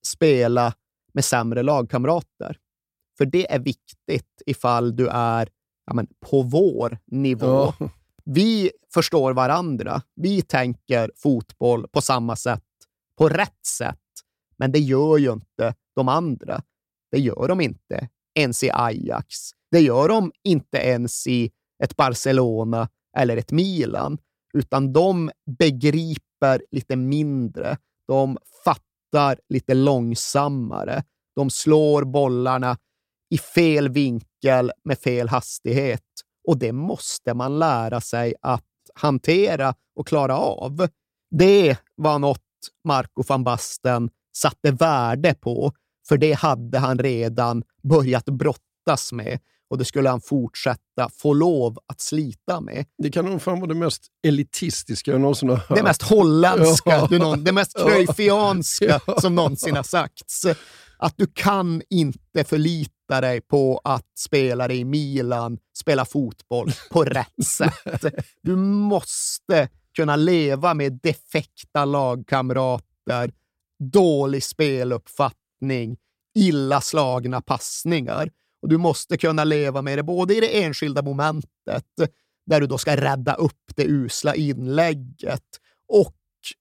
spela med sämre lagkamrater. För det är viktigt ifall du är ja, men, på vår nivå. Ja. Vi förstår varandra. Vi tänker fotboll på samma sätt, på rätt sätt. Men det gör ju inte de andra. Det gör de inte ens i Ajax. Det gör de inte ens i ett Barcelona eller ett Milan. Utan de begriper lite mindre. De fattar lite långsammare. De slår bollarna i fel vinkel med fel hastighet. Och det måste man lära sig att hantera och klara av. Det var något Marco van Basten satte värde på. För det hade han redan börjat brottas med. Och det skulle han fortsätta få lov att slita med. Det kan nog fan vara det mest elitistiska jag någonsin har hört. Det mest holländska, ja. du någon, det mest cruyffianska ja. som någonsin har sagts. Att du kan inte förlita dig på att spelare i Milan spelar fotboll på rätt sätt. Du måste kunna leva med defekta lagkamrater, dålig speluppfattning, illa slagna passningar. Och du måste kunna leva med det både i det enskilda momentet där du då ska rädda upp det usla inlägget och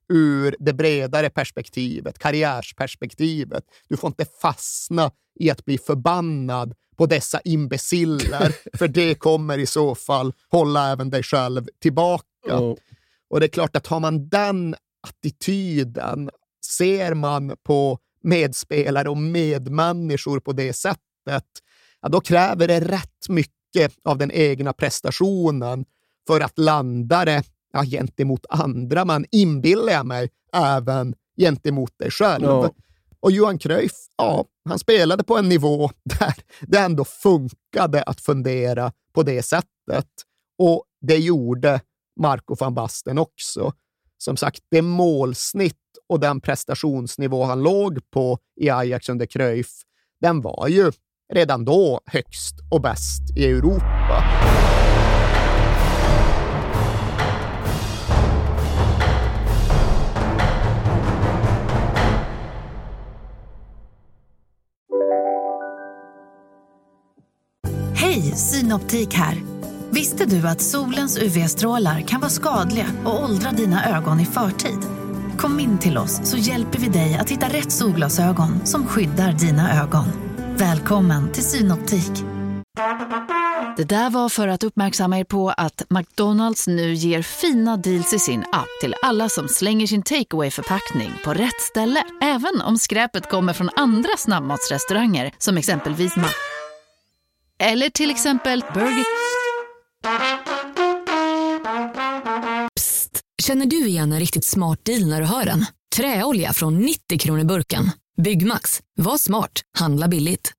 ur det bredare perspektivet, karriärsperspektivet. Du får inte fastna i att bli förbannad på dessa imbeciller för det kommer i så fall hålla även dig själv tillbaka. Oh. Och det är klart att har man den attityden, ser man på medspelare och medmänniskor på det sättet, ja, då kräver det rätt mycket av den egna prestationen för att landa det ja, gentemot andra. Man inbillar jag mig även gentemot dig själv. Ja. Och Johan Cruyff, ja, han spelade på en nivå där det ändå funkade att fundera på det sättet. Och det gjorde Marco van Basten också. Som sagt, det målsnitt och den prestationsnivå han låg på i Ajax under Cruyff, den var ju redan då högst och bäst i Europa. Hej, Synoptik här. Visste du att solens U V-strålar kan vara skadliga och åldra dina ögon i förtid? Kom in till oss så hjälper vi dig att hitta rätt solglasögon som skyddar dina ögon. Välkommen till Synoptik. Det där var för att uppmärksamma er på att McDonalds nu ger fina deals i sin app till alla som slänger sin takeaway-förpackning på rätt ställe. Även om skräpet kommer från andra snabbmatsrestauranger som exempelvis Ma... Eller till exempel Burger... Psst, känner du igen en riktigt smart deal när du hör den? Träolja från nittio kronor burken. Byggmax, var smart, handla billigt.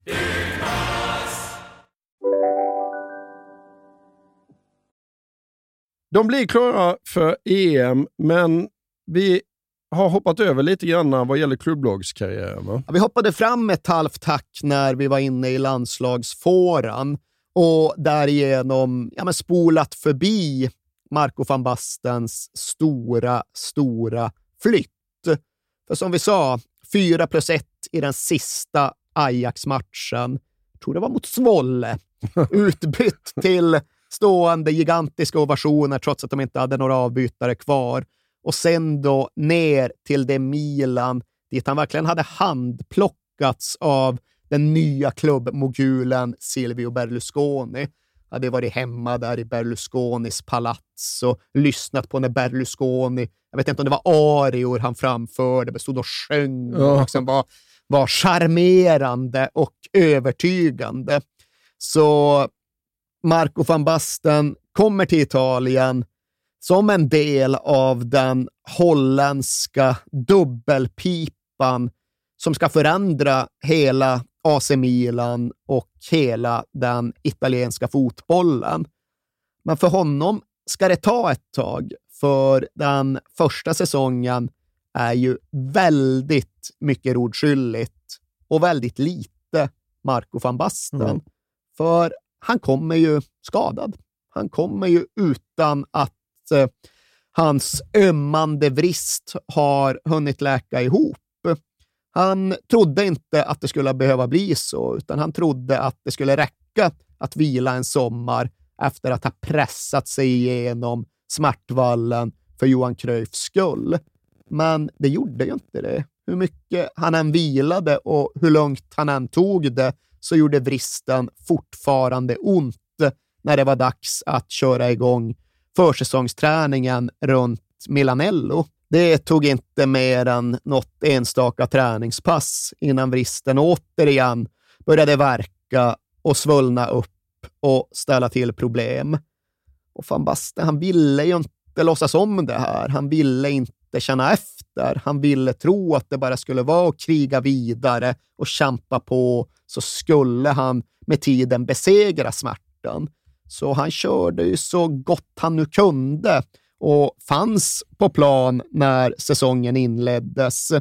De blir klara för E M, men vi har hoppat över lite grann vad gäller klubblagskarriären. Va? Ja, vi hoppade fram ett halvt tack när vi var inne i landslagsfåran och därigenom ja, men spolat förbi Marco van Bastens stora, stora flytt. För som vi sa, fyra plus ett i den sista Ajax-matchen. Jag tror det var mot Zwolle. Utbytt till stående gigantiska ovationer trots att de inte hade några avbytare kvar. Och sen då ner till det Milan dit han verkligen hade handplockats av den nya klubbmogulen Silvio Berlusconi. Hade varit hemma där i Berlusconis palats och lyssnat på när Berlusconi, jag vet inte om det var arior han framförde, bestod och sjöng och liksom var, var charmerande och övertygande. Så Marco van Basten kommer till Italien som en del av den holländska dubbelpipan som ska förändra hela A C Milan och hela den italienska fotbollen. Men för honom ska det ta ett tag, för den första säsongen är ju väldigt mycket rodskyldigt och väldigt lite Marco van Basten. Mm. För han kommer ju skadad. Han kommer ju utan att eh, hans ömmande vrist har hunnit läka ihop. Han trodde inte att det skulle behöva bli så, utan han trodde att det skulle räcka att vila en sommar efter att ha pressat sig igenom smärtvallen för Johan Cruyffs skull. Men det gjorde ju inte det. Hur mycket han än vilade och hur långt han än tog det, så gjorde vristen fortfarande ont när det var dags att köra igång försäsongsträningen runt Milanello. Det tog inte mer än något enstaka träningspass innan vristen återigen började verka och svullna upp och ställa till problem. Och van Basten, han ville ju inte låtsas om det här. Han ville inte känna efter. Han ville tro att det bara skulle vara att kriga vidare och kämpa på, så skulle han med tiden besegra smärtan. Så han körde ju så gott han nu kunde och fanns på plan när säsongen inleddes.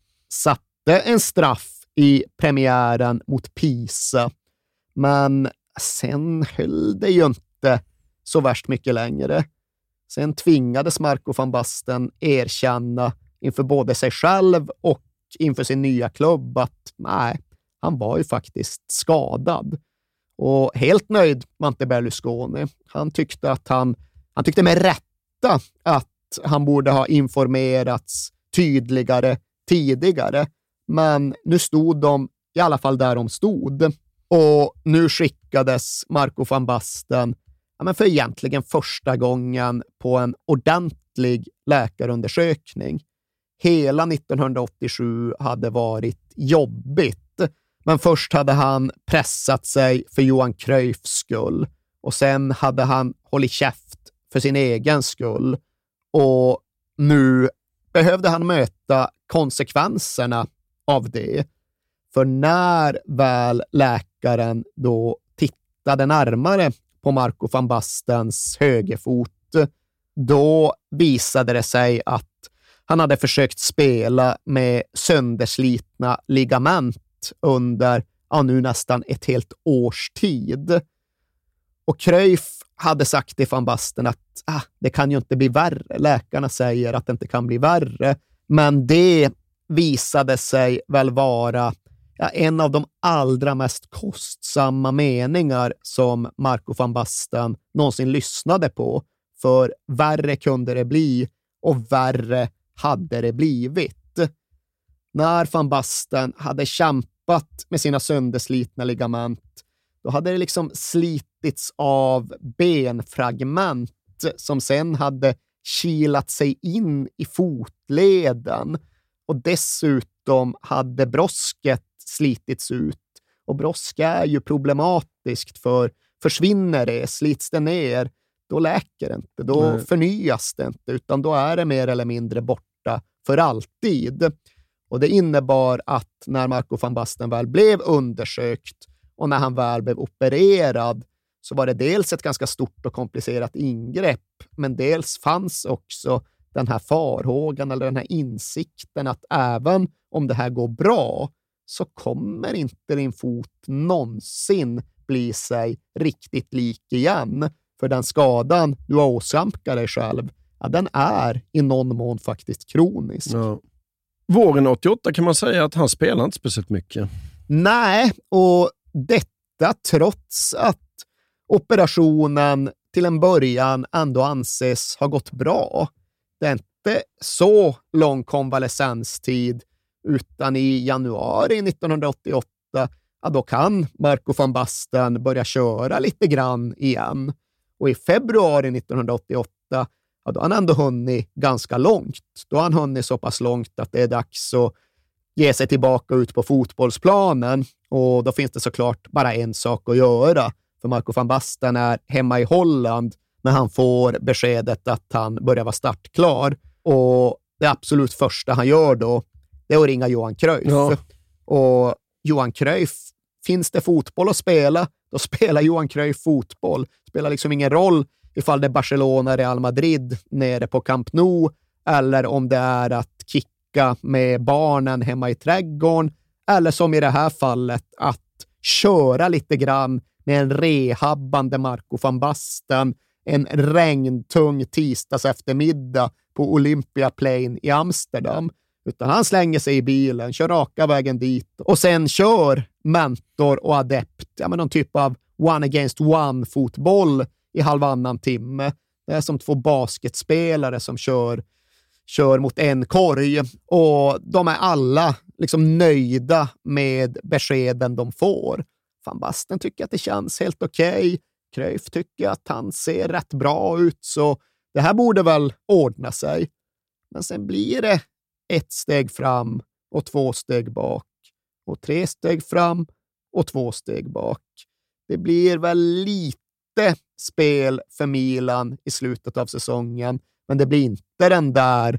Satte en straff i premiären mot Pisa, men sen höll det ju inte så värst mycket längre. Sen tvingades Marco van Basten erkänna inför både sig själv och inför sin nya klubb att nej, han var ju faktiskt skadad. Och helt nöjd var inte Berlusconi. Han tyckte att han, han tyckte med rätta att han borde ha informerats tydligare tidigare. Men nu stod de i alla fall där de stod. Och nu skickades Marco van Basten ja, men för egentligen första gången på en ordentlig läkarundersökning. Hela nittonhundraåttiosju hade varit jobbigt. Men först hade han pressat sig för Johan Cruyffs skull. Och sen hade han hållit käft för sin egen skull. Och nu behövde han möta konsekvenserna av det. För när väl läkaren då tittade närmare på Marco van Bastens högerfot, då visade det sig att han hade försökt spela med sönderslitna ligament under ja, nu nästan ett helt års tid. Och Cruyff hade sagt till van Basten att ah, det kan ju inte bli värre. Läkarna säger att det inte kan bli värre. Men det visade sig väl vara ja, en av de allra mest kostsamma meningar som Marco van Basten någonsin lyssnade på. För värre kunde det bli och värre hade det blivit. När van Basten hade kämpat med sina sönderslitna ligament, då hade det liksom slitits av benfragment som sen hade kilat sig in i fotleden. Och dessutom hade brosket slitits ut. Och broska är ju problematiskt, för försvinner det, slits det ner, då läker det inte, då Nej. förnyas det inte, utan då är det mer eller mindre borta för alltid. Och det innebar att när Marco van Basten väl blev undersökt och när han väl blev opererad, så var det dels ett ganska stort och komplicerat ingrepp, men dels fanns också den här farhågan eller den här insikten att även om det här går bra, så kommer inte din fot någonsin bli sig riktigt lik igen. För den skadan du har åsamkat dig själv, ja, den är i någon mån faktiskt kronisk. Ja. Våren åttioåtta kan man säga att han spelar inte speciellt mycket. Nej, och detta trots att operationen till en början ändå anses ha gått bra. Det är inte så lång konvalescenstid, utan i januari nittonhundraåttioåtta ja, då kan Marco van Basten börja köra lite grann igen. Och i februari nittonhundraåttioåtta ja, då har han ändå hunnit ganska långt. Då har han hunnit så pass långt att det är dags att ge sig tillbaka ut på fotbollsplanen. Och då finns det såklart bara en sak att göra. För Marco van Basten är hemma i Holland när han får beskedet att han börjar vara startklar. Och det absolut första han gör då, det är att ringa Johan Cruyff. Ja. Och Johan Cruyff, finns det fotboll att spela, då spelar Johan Cruyff fotboll. Det spelar liksom ingen roll ifall det är Barcelona, Real Madrid nere på Camp Nou, eller om det är att kicka med barnen hemma i trädgården, eller som i det här fallet att köra lite grann med en rehabbande Marco van Basten en regntung tisdags eftermiddag på Olympia Plain i Amsterdam. Utan han slänger sig i bilen, kör raka vägen dit och sen kör mentor och adept, ja men någon typ av one against one fotboll i halvannan timme. Det är som två basketspelare som kör, kör mot en korg, och de är alla liksom nöjda med beskeden de får. Van Basten tycker att det känns helt okej. Okay. Cruyff tycker att han ser rätt bra ut, så det här borde väl ordna sig. Men sen blir det ett steg fram och två steg bak och tre steg fram och två steg bak. Det blir väl lite spel för Milan i slutet av säsongen, men det blir inte den där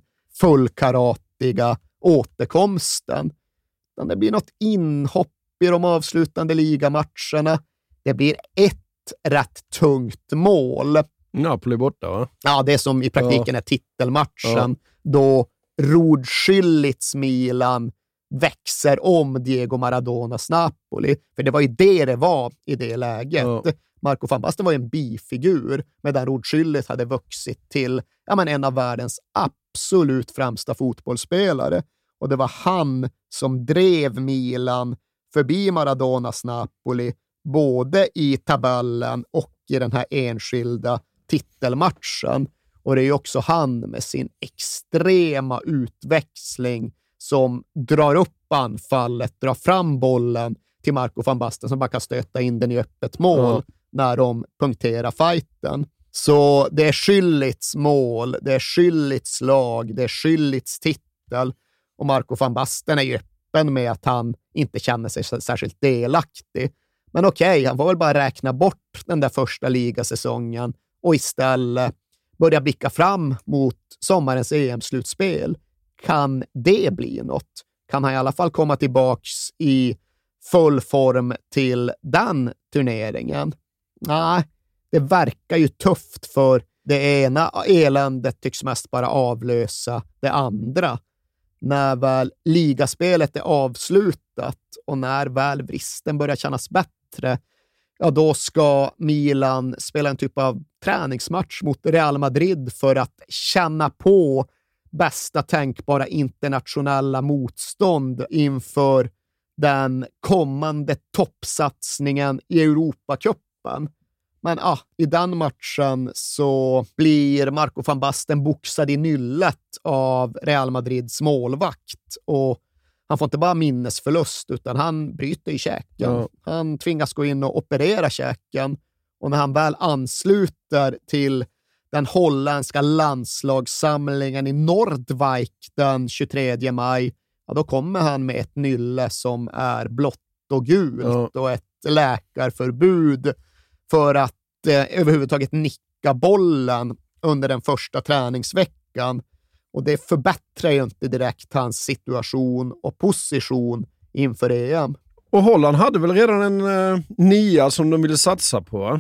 fullkaratiga återkomsten. Det blir något inhopp i de avslutande ligamatcherna. Det blir ett rätt tungt mål. Napoli borta, va? Ja, det som i praktiken ja. är titelmatchen. Ja. Då Ruud Schüllits Milan växer om Diego Maradonas Napoli. För det var ju det det var i det läget. Ja. Marco van Basten var ju en bifigur, medan Ruud Schüllits hade vuxit till ja, men en av världens absolut främsta fotbollsspelare. Och det var han som drev Milan förbi Maradonas Napoli, både i tabellen och i den här enskilda titelmatchen. Och det är ju också han med sin extrema utväxling som drar upp anfallet, drar fram bollen till Marco van Basten som bara kan stöta in den i öppet mål mm. när de punkterar fighten. Så det är Schüllits mål, det är Schüllits lag, det är Schüllits titel, och Marco van Basten är ju öppen med att han inte känner sig särskilt delaktig. Men okej, okay, han får väl bara räkna bort den där första ligasäsongen och istället börja blicka fram mot sommarens E M-slutspel. Kan det bli något? Kan han i alla fall komma tillbaks i full form till den turneringen? Nej, det verkar ju tufft, för det ena eländet tycks mest bara avlösa det andra. När väl ligaspelet är avslutat och när väl vristen börjar kännas bättre, ja då ska Milan spela en typ av träningsmatch mot Real Madrid för att känna på bästa tänkbara internationella motstånd inför den kommande toppsatsningen i Europacupen. Men ah, i den matchen så blir Marco van Basten boxad i nyllet av Real Madrids målvakt, och han får inte bara minnesförlust utan han bryter i käken. Ja. Han tvingas gå in och operera käken, och när han väl ansluter till den holländska landslagssamlingen i Nordwijk den tjugotredje maj, ja, då kommer han med ett nylle som är blått och gult ja. och ett läkarförbud för att eh, överhuvudtaget nicka bollen under den första träningsveckan. Och det förbättrar ju inte direkt hans situation och position inför E M. Och Holland hade väl redan en eh, nia som de ville satsa på?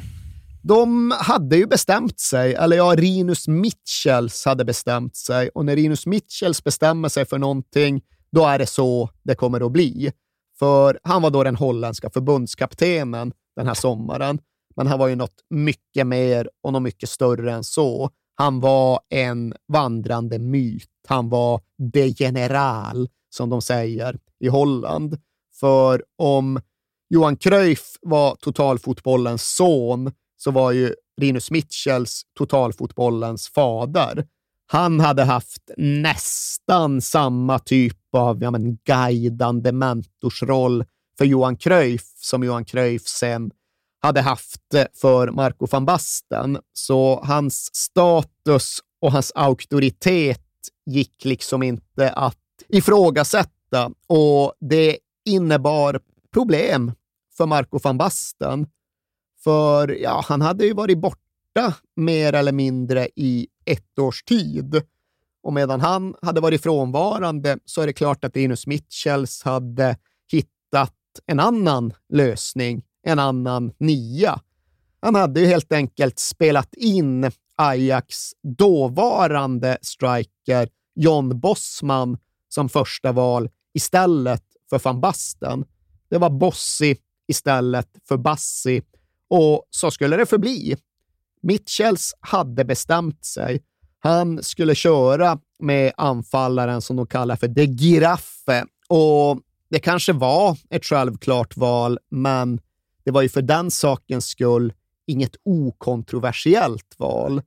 De hade ju bestämt sig, eller ja, Rinus Michels hade bestämt sig. Och när Rinus Michels bestämmer sig för någonting, då är det så det kommer att bli. För han var då den holländska förbundskaptenen den här sommaren. Men han var ju något mycket mer och något mycket större än så. Han var en vandrande myt. Han var de general, som de säger i Holland. För om Johan Cruyff var totalfotbollens son, så var ju Rinus Michels totalfotbollens fader. Han hade haft nästan samma typ av ja, men, guidande mentorsroll för Johan Cruyff som Johan Cruyff sen hade haft för Marco van Basten. Så hans status och hans auktoritet gick liksom inte att ifrågasätta, och det innebar problem för Marco van Basten. För ja, han hade ju varit borta mer eller mindre i ett års tid. Och medan han hade varit frånvarande så är det klart att Rinus Michels hade hittat en annan lösning, en annan nia. Han hade ju helt enkelt spelat in Ajax dåvarande striker John Bosman som första val istället för Van Basten. Det var Bossi istället för Bassi och så skulle det förbli. Mitchells hade bestämt sig. Han skulle köra med anfallaren som de kallar för De Giraffe och det kanske var ett självklart val, men det var ju för den sakens skull inget okontroversiellt val.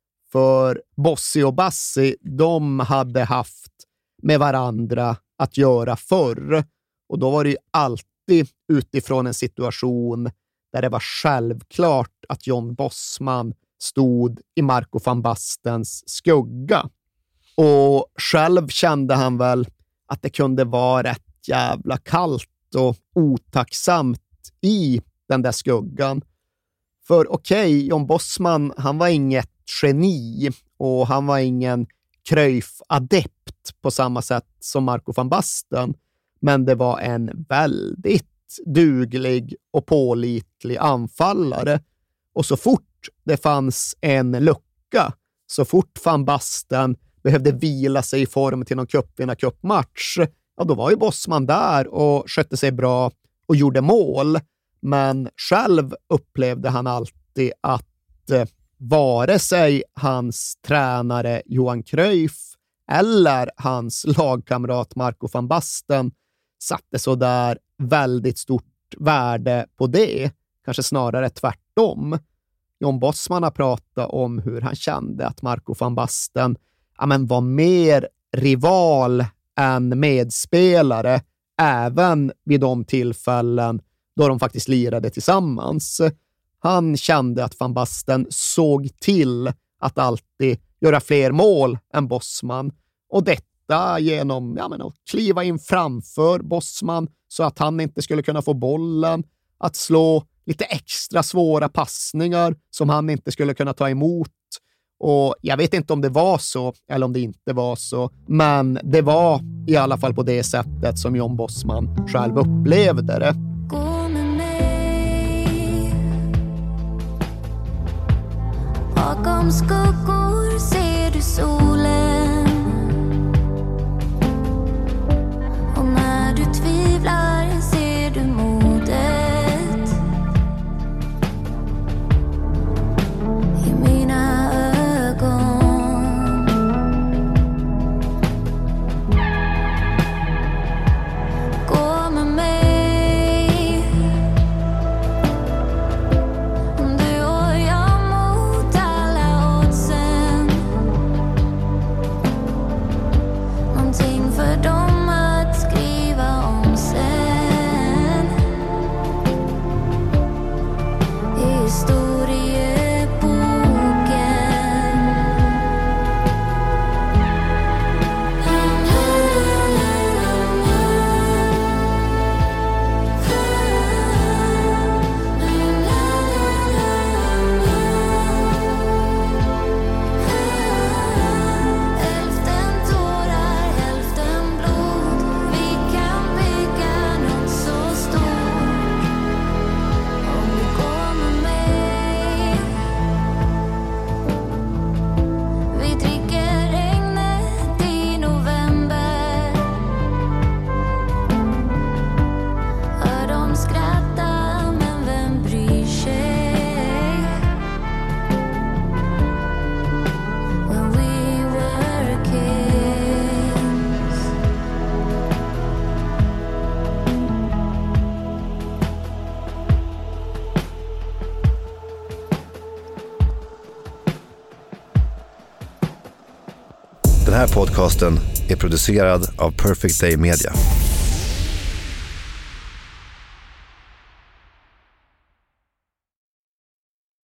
För Bossi och Bassi, de hade haft med varandra att göra förr. Och då var det ju alltid utifrån en situation där det var självklart att John Bosman stod i Marco van Bastens skugga. Och själv kände han väl att det kunde vara rätt jävla kallt och otacksamt i den där skuggan. För okej, okay, John Bosman, han var inget geni och han var ingen Cruyff-adept på samma sätt som Marco van Basten. Men det var en väldigt duglig och pålitlig anfallare. Och så fort det fanns en lucka, så fort van Basten behövde vila sig i form till någon cupvinnar-cupmatch, ja då var ju Bosman där och skötte sig bra och gjorde mål. Men själv upplevde han alltid att eh, vare sig hans tränare Johan Cruyff eller hans lagkamrat Marco van Basten satte så där väldigt stort värde på det. Kanske snarare tvärtom. John Bosman har pratat om hur han kände att Marco van Basten ja, men var mer rival än medspelare även vid de tillfällen då de faktiskt lirade tillsammans. Han kände att van Basten såg till att alltid göra fler mål än Bosman. Och detta genom ja, men, att kliva in framför Bosman så att han inte skulle kunna få bollen. Att slå lite extra svåra passningar som han inte skulle kunna ta emot. Och jag vet inte om det var så eller om det inte var så. Men det var i alla fall på det sättet som John Bosman själv upplevde det. Bakom skuggor ser du solen. Och när du tvivlar ser du modet i mina ögon. Gå med mig. Du och jag mot alla oddsen. Någonting för dem att skriva om sen. I historieboken. Hälften tårar, hälften blod. Vi kan bygga något så stort. Om du går med mig. Vi dricker regnet i november. Hör dem skratta, men vem bryr sig? When we were kids. Den här podcasten är producerad av Perfect Day Media.